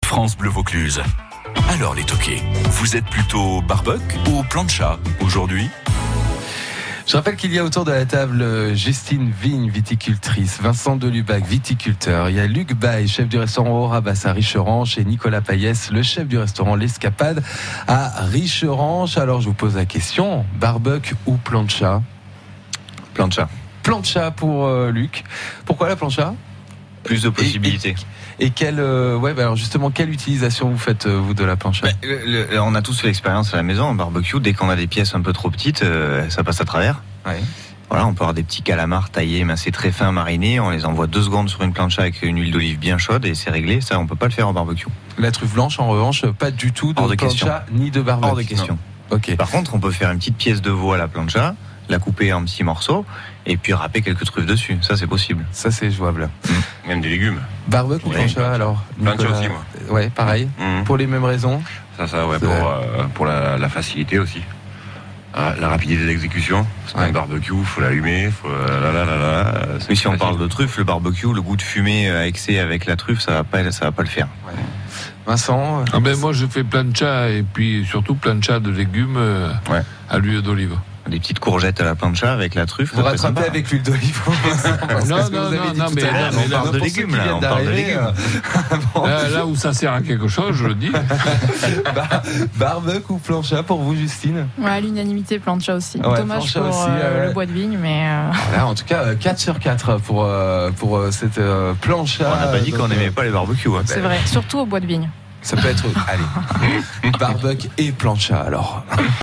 France Bleu Vaucluse. Alors les toqués, vous êtes plutôt barbecue ou plancha aujourd'hui ? Je rappelle qu'il y a autour de la table Justine Vigne, viticultrice, Vincent Delubac, viticulteur. Il y a Luc Baye, chef du restaurant Orabas à Richeranche, et Nicolas Payès, le chef du restaurant L'Escapade à Richeranche. Alors je vous pose la question, barbecue ou plancha ? Plancha. Plancha pour Luc. Pourquoi la plancha ? Plus de possibilités. Et alors justement, quelle utilisation vous faites, vous, de la plancha ? On a tous fait l'expérience à la maison en barbecue. Dès qu'on a des pièces un peu trop petites, ça passe à travers. Ouais. Voilà, on peut avoir des petits calamars taillés, mincés, très fins, marinés. On les envoie 2 secondes sur une plancha avec une huile d'olive bien chaude et c'est réglé. Ça, on peut pas le faire en barbecue. La truffe blanche, en revanche, pas du tout de plancha ni de barbecue. Hors de question. Ok. Par contre, on peut faire une petite pièce de veau à la plancha, la couper en petits morceaux et puis râper quelques truffes dessus. Ça, c'est possible. Ça, c'est jouable. Même des légumes. Barbecue ou plancha, alors Plancha aussi, moi. Ouais, pareil. Mmh. Pour les mêmes raisons. Ça, ouais, pour la facilité aussi. La rapidité d'exécution. Parce qu'un barbecue, faut l'allumer, faut Oui, si on parle de truffe, le barbecue, le goût de fumée à excès avec la truffe, ça va pas le faire. Ouais. Vincent. Moi, je fais plancha et puis surtout plancha de légumes à l'huile d'olive. Des petites courgettes à la plancha avec la truffe. Vous rattrapez avec l'huile d'olive. Non, mais on parle de légumes là. On parle de légumes. Là où ça sert à quelque chose, je le dis. Barbecue ou plancha pour vous, Justine ? Ouais, à l'unanimité, plancha aussi. Ouais, dommage plancha pour aussi, le bois de vigne, mais. Voilà, en tout cas, 4 sur 4 pour cette plancha. On n'a pas dit qu'on n'aimait pas les barbecues. C'est vrai, surtout au bois de vigne. Ça peut être. Allez, barbecue et plancha alors.